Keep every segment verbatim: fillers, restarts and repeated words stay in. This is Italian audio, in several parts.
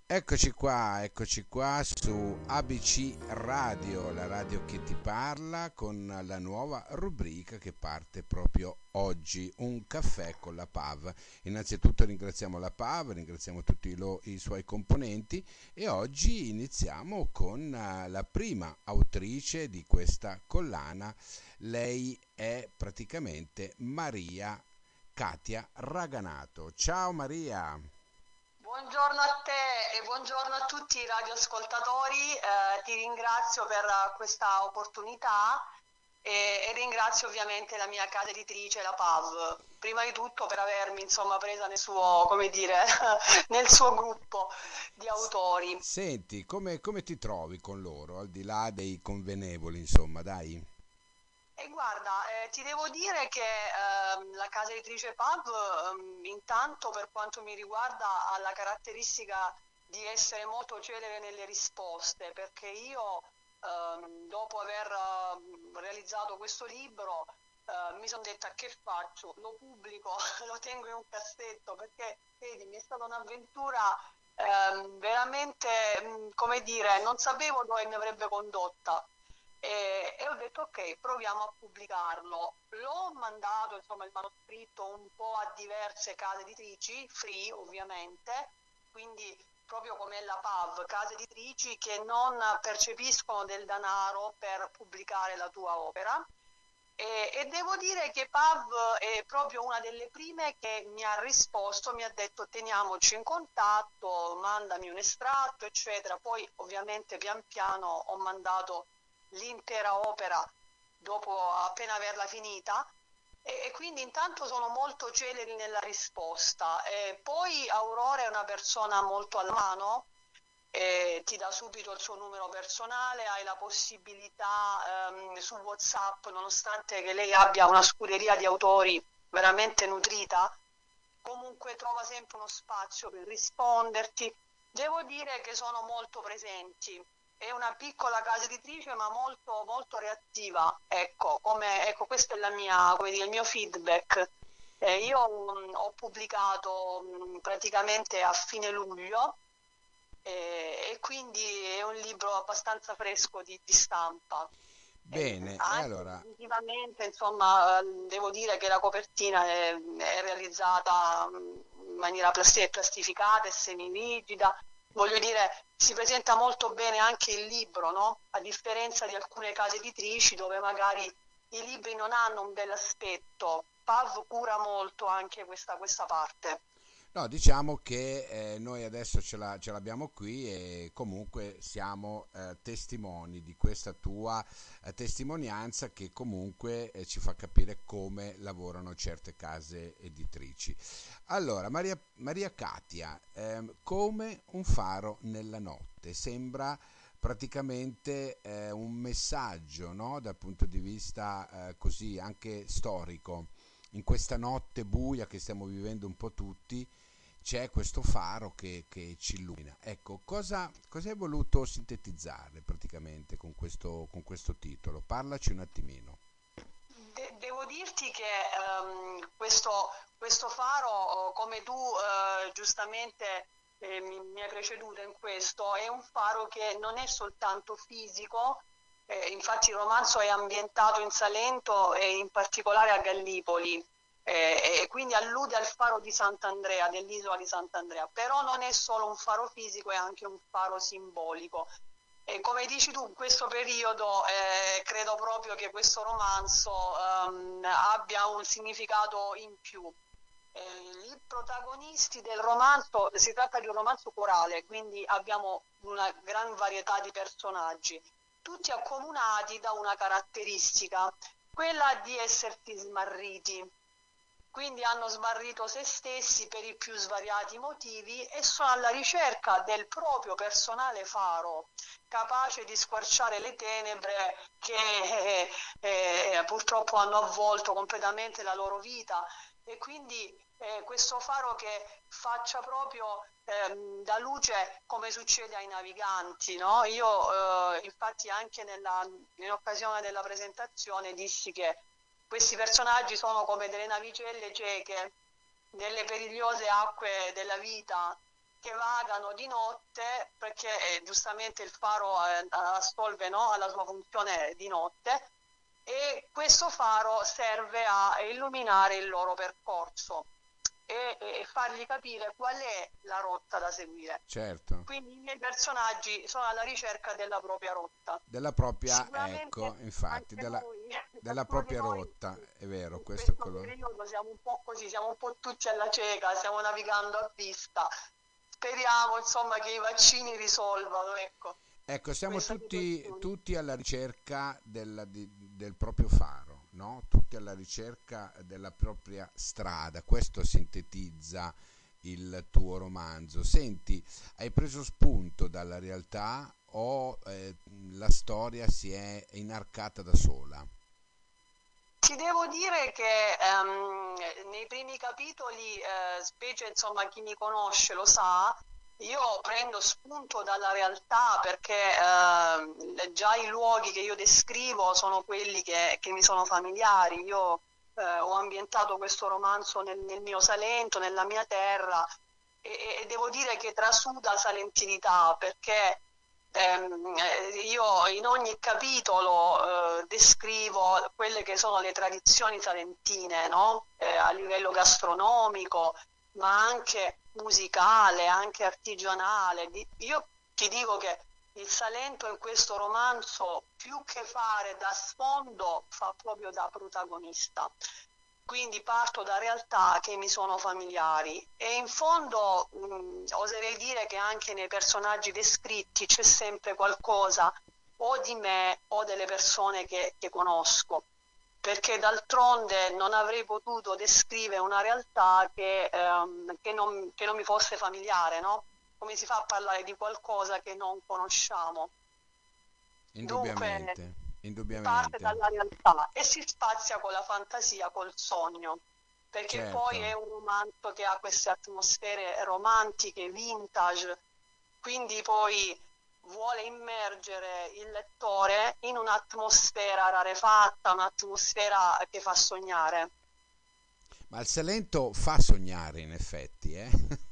Eccoci qua, eccoci qua su A B C Radio, la radio che ti parla, con la nuova rubrica che parte proprio oggi, un caffè con la P A V. Innanzitutto ringraziamo la P A V, ringraziamo tutti i, lo- i suoi componenti e oggi iniziamo con eh, la prima autrice di questa collana. Lei è praticamente Maria Katia Raganato. Ciao Maria! Buongiorno a te e buongiorno a tutti i radioascoltatori. Eh, ti ringrazio per eh, questa opportunità e, e ringrazio ovviamente la mia casa editrice, la P A V, prima di tutto per avermi insomma presa nel suo, come dire, nel suo gruppo di autori. Senti, come, come ti trovi con loro, al di là dei convenevoli, insomma, dai? E guarda, eh, ti devo dire che ehm, la casa editrice P A V, ehm, intanto per quanto mi riguarda, ha la caratteristica di essere molto celere nelle risposte, perché io ehm, dopo aver ehm, realizzato questo libro eh, mi sono detta che faccio? Lo pubblico, lo tengo in un cassetto, perché vedi, mi è stata un'avventura ehm, veramente, mh, come dire, non sapevo dove mi avrebbe condotta e, e ho detto ok, proviamo a pubblicarlo. L'ho mandato, insomma, il manoscritto un po' a diverse case editrici, free ovviamente, quindi proprio come la P A V, case editrici che non percepiscono del denaro per pubblicare la tua opera. E, e devo dire che P A V è proprio una delle prime che mi ha risposto, mi ha detto teniamoci in contatto, mandami un estratto, eccetera. Poi ovviamente pian piano ho mandato l'intera opera dopo appena averla finita e, e quindi intanto sono molto celeri nella risposta. E poi Aurora è una persona molto alla mano, eh, ti dà subito il suo numero personale, hai la possibilità ehm, su WhatsApp, nonostante che lei abbia una scuderia di autori veramente nutrita, comunque trova sempre uno spazio per risponderti. Devo dire che sono molto presenti. È una piccola casa editrice ma molto, molto reattiva. Ecco, come, ecco, questo è la mia, come dire, il mio feedback. Eh, io mh, ho pubblicato mh, praticamente a fine luglio e, e quindi è un libro abbastanza fresco di, di stampa. Eh, Bene, e anche allora, visivamente, insomma, devo dire che la copertina è, è realizzata in maniera plasti- plastificata e semirigida. Voglio dire, si presenta molto bene anche il libro, no? A differenza di alcune case editrici dove magari i libri non hanno un bel aspetto. P A V cura molto anche questa, questa parte. no, diciamo che eh, noi adesso ce, la- ce l'abbiamo qui e comunque siamo eh, testimoni di questa tua eh, testimonianza che comunque eh, ci fa capire come lavorano certe case editrici. Allora, Maria, Maria Katia, ehm, come un faro nella notte, sembra praticamente eh, un messaggio, no? Dal punto di vista eh, così anche storico. In questa notte buia che stiamo vivendo un po' tutti, c'è questo faro che, che ci illumina. Ecco, cosa, cosa hai voluto sintetizzare praticamente con questo, con questo titolo? Parlaci un attimino. De- devo dirti che ehm, questo, questo faro, oh, come tu eh, giustamente eh, mi, mi hai preceduto in questo, è un faro che non è soltanto fisico, eh, infatti il romanzo è ambientato in Salento e in particolare a Gallipoli, eh, e quindi allude al faro di Sant'Andrea, dell'isola di Sant'Andrea, però non è solo un faro fisico, è anche un faro simbolico. E come dici tu, in questo periodo eh, credo proprio che questo romanzo ehm, abbia un significato in più. Eh, I protagonisti del romanzo, si tratta di un romanzo corale, quindi abbiamo una gran varietà di personaggi, tutti accomunati da una caratteristica, quella di essersi smarriti. Quindi hanno smarrito se stessi per i più svariati motivi e sono alla ricerca del proprio personale faro, capace di squarciare le tenebre che eh, eh, purtroppo hanno avvolto completamente la loro vita. E quindi eh, questo faro che faccia proprio ehm, da luce come succede ai naviganti, no? Io eh, infatti anche nella, in occasione della presentazione dissi che questi personaggi sono come delle navicelle cieche nelle perigliose acque della vita che vagano di notte, perché eh, giustamente il faro eh, assolve, no, alla sua funzione di notte, e questo faro serve a illuminare il loro percorso e, e fargli capire qual è la rotta da seguire. certo. Quindi i miei personaggi sono alla ricerca della propria rotta. Della propria, ecco, Sicuramente infatti, anche della, noi, della ciascuno di propria noi, rotta, è vero, in questo è questo quello. periodo siamo un po' così, siamo un po' tutti alla cieca, stiamo navigando a vista. Speriamo, insomma, che i vaccini risolvano, ecco, Ecco, siamo questa tutti, situazione. tutti alla ricerca della- di- del proprio faro, no? Tutti alla ricerca della propria strada. Questo sintetizza il tuo romanzo. Senti, hai preso spunto dalla realtà o eh, la storia si è inarcata da sola? Ti devo dire che ehm, nei primi capitoli, eh, specie insomma chi mi conosce lo sa, io prendo spunto dalla realtà perché ehm, già i luoghi che io descrivo sono quelli che, che mi sono familiari. Io eh, ho ambientato questo romanzo nel, nel mio Salento, nella mia terra, e, e devo dire che trasuda salentinità perché ehm, eh, io in ogni capitolo eh, descrivo quelle che sono le tradizioni salentine, no? Eh, a livello gastronomico, ma anche musicale, anche artigianale. Di- Io ti dico che il Salento in questo romanzo, più che fare da sfondo, fa proprio da protagonista. Quindi parto da realtà che mi sono familiari e in fondo mh, oserei dire che anche nei personaggi descritti c'è sempre qualcosa o di me o delle persone che, che conosco, perché d'altronde non avrei potuto descrivere una realtà che, ehm, che non, che non mi fosse familiare, no? Come si fa a parlare di qualcosa che non conosciamo? Dunque Indubbiamente, si parte indubbiamente. dalla realtà e si spazia con la fantasia, col sogno, perché poi è Certo. un romanzo che ha queste atmosfere romantiche, vintage, quindi poi vuole immergere il lettore in un'atmosfera rarefatta, un'atmosfera che fa sognare. Ma il Salento fa sognare in effetti, eh?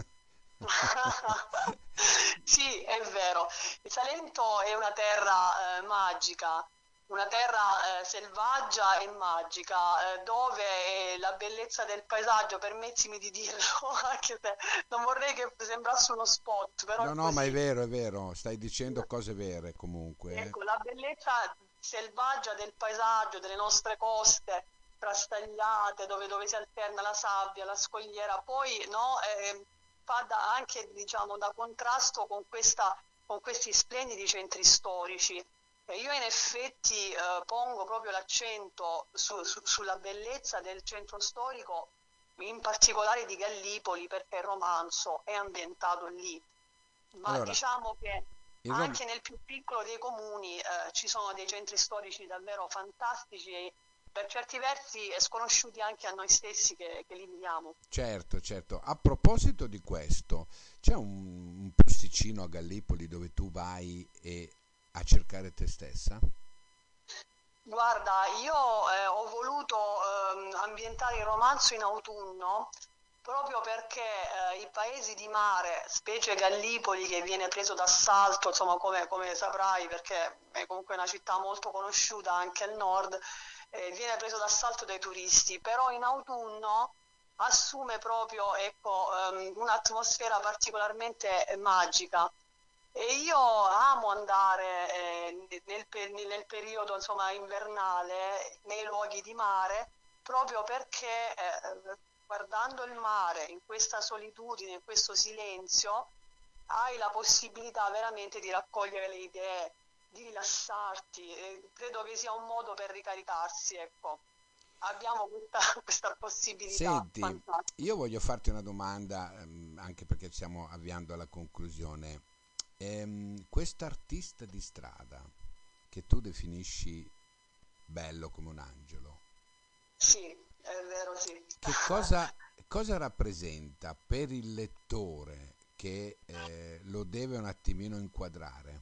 Sì, è vero. Il Salento è una terra eh, magica, una terra eh, selvaggia e magica, eh, dove eh, la bellezza del paesaggio, permettimi di dirlo, anche se non vorrei che sembrasse uno spot, però No, è no, ma è così. vero, è vero, stai dicendo cose vere comunque, eh? Ecco, la bellezza selvaggia del paesaggio, delle nostre coste frastagliate, dove, dove si alterna la sabbia, la scogliera, poi no, eh, fa da, anche diciamo, da contrasto con, questa, con questi splendidi centri storici. E io in effetti eh, pongo proprio l'accento su- su- sulla bellezza del centro storico, in particolare di Gallipoli, perché il romanzo è ambientato lì. Ma Allora, diciamo che il Rom- anche nel più piccolo dei comuni eh, ci sono dei centri storici davvero fantastici e per certi versi sconosciuti anche a noi stessi che, che li viviamo. certo, certo. A proposito di questo, c'è un, un posticino a Gallipoli dove tu vai e a cercare te stessa? Guarda, io eh, ho voluto ehm, ambientare il romanzo in autunno proprio perché eh, i paesi di mare, specie Gallipoli che viene preso d'assalto, insomma come, come saprai perché è comunque una città molto conosciuta anche al nord, eh, viene preso d'assalto dai turisti, però in autunno assume proprio ecco, ehm, un'atmosfera particolarmente eh, magica. E io amo andare eh, nel, pe- nel periodo insomma, invernale nei luoghi di mare proprio perché eh, guardando il mare in questa solitudine, in questo silenzio, hai la possibilità veramente di raccogliere le idee, di rilassarti. E credo che sia un modo per ricaricarsi, ecco. Abbiamo questa, questa possibilità Senti, fantastica. io voglio farti una domanda, ehm, anche perché stiamo avviando alla conclusione. Ehm, quest'artista di strada che tu definisci bello come un angelo, Sì, è vero, sì. che cosa, cosa rappresenta per il lettore che eh, lo deve un attimino inquadrare?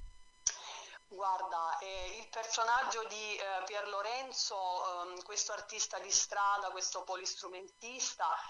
Guarda, eh, il personaggio di eh, Pier Lorenzo, ehm, questo artista di strada, questo polistrumentista,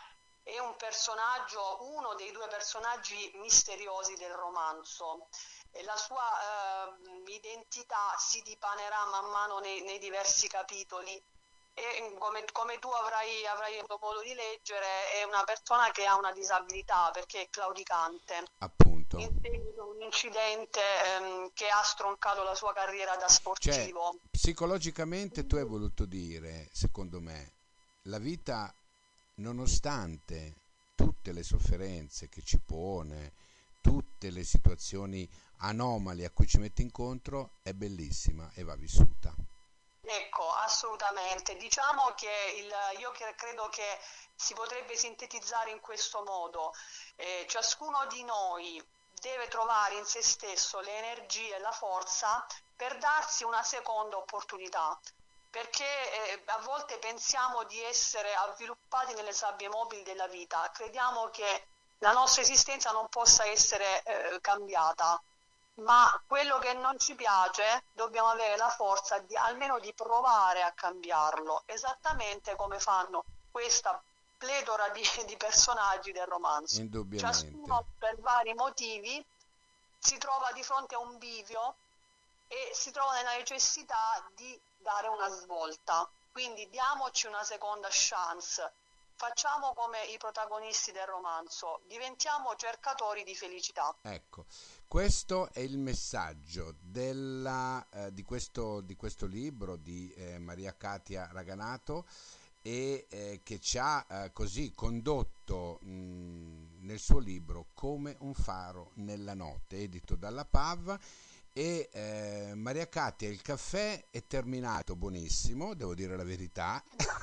è un personaggio, uno dei due personaggi misteriosi del romanzo. E la sua eh, identità si dipanerà man mano nei, nei diversi capitoli. E come, come tu avrai, avrai avuto modo di leggere, è una persona che ha una disabilità perché è claudicante appunto. in seguito a un incidente ehm, che ha stroncato la sua carriera da Cioè, sportivo. psicologicamente tu hai voluto dire, secondo me, la vita, nonostante tutte le sofferenze che ci pone, tutte le situazioni anomali a cui ci mette incontro, è bellissima e va vissuta. Ecco, assolutamente. Diciamo che il, io che- credo che si potrebbe sintetizzare in questo modo. Eh, ciascuno di noi deve trovare in se stesso le energie e la forza per darsi una seconda opportunità, perché eh, a volte pensiamo di essere avviluppati nelle sabbie mobili della vita, crediamo che la nostra esistenza non possa essere eh, cambiata, ma quello che non ci piace dobbiamo avere la forza di almeno di provare a cambiarlo, esattamente come fanno questa pletora di, di personaggi del romanzo. Indubbiamente. Ciascuno per vari motivi si trova di fronte a un bivio e si trova nella necessità di dare una svolta. Quindi diamoci una seconda chance. Facciamo come i protagonisti del romanzo, diventiamo cercatori di felicità. Ecco, questo è il messaggio della, eh, di, questo, di questo libro di eh, Maria Katia Raganato e eh, che ci ha eh, così condotto mh, nel suo libro Come un faro nella notte, edito dalla P A V. E eh, Maria Katia, il caffè è terminato, buonissimo, devo dire la verità.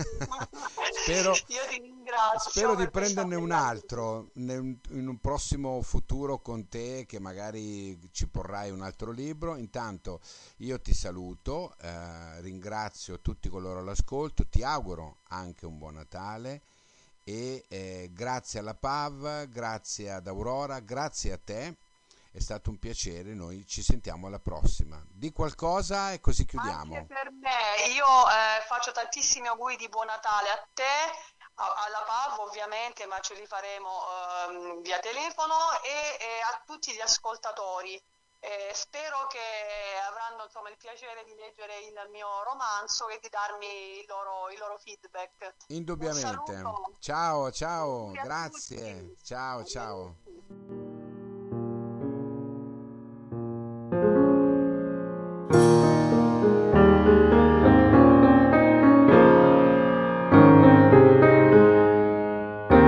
spero, Io ti ringrazio spero di per questa prenderne un bella critica. altro nel- in un prossimo futuro con te, che magari ci porrai un altro libro. Intanto io ti saluto, eh, ringrazio tutti coloro all'ascolto, ti auguro anche un buon Natale e eh, grazie alla P A V, grazie ad Aurora, grazie a te. È stato un piacere, noi ci sentiamo alla prossima. Di qualcosa e così Anche chiudiamo. per me, io eh, faccio tantissimi auguri di buon Natale a te, a- alla P A V ovviamente, ma ce li faremo ehm, via telefono e, e a tutti gli ascoltatori. Eh, spero che avranno insomma, il piacere di leggere il mio romanzo e di darmi il loro, il loro feedback. Un Indubbiamente. saluto, Ciao, ciao, auguri a grazie. tutti. Ciao, ciao. Arrivederci.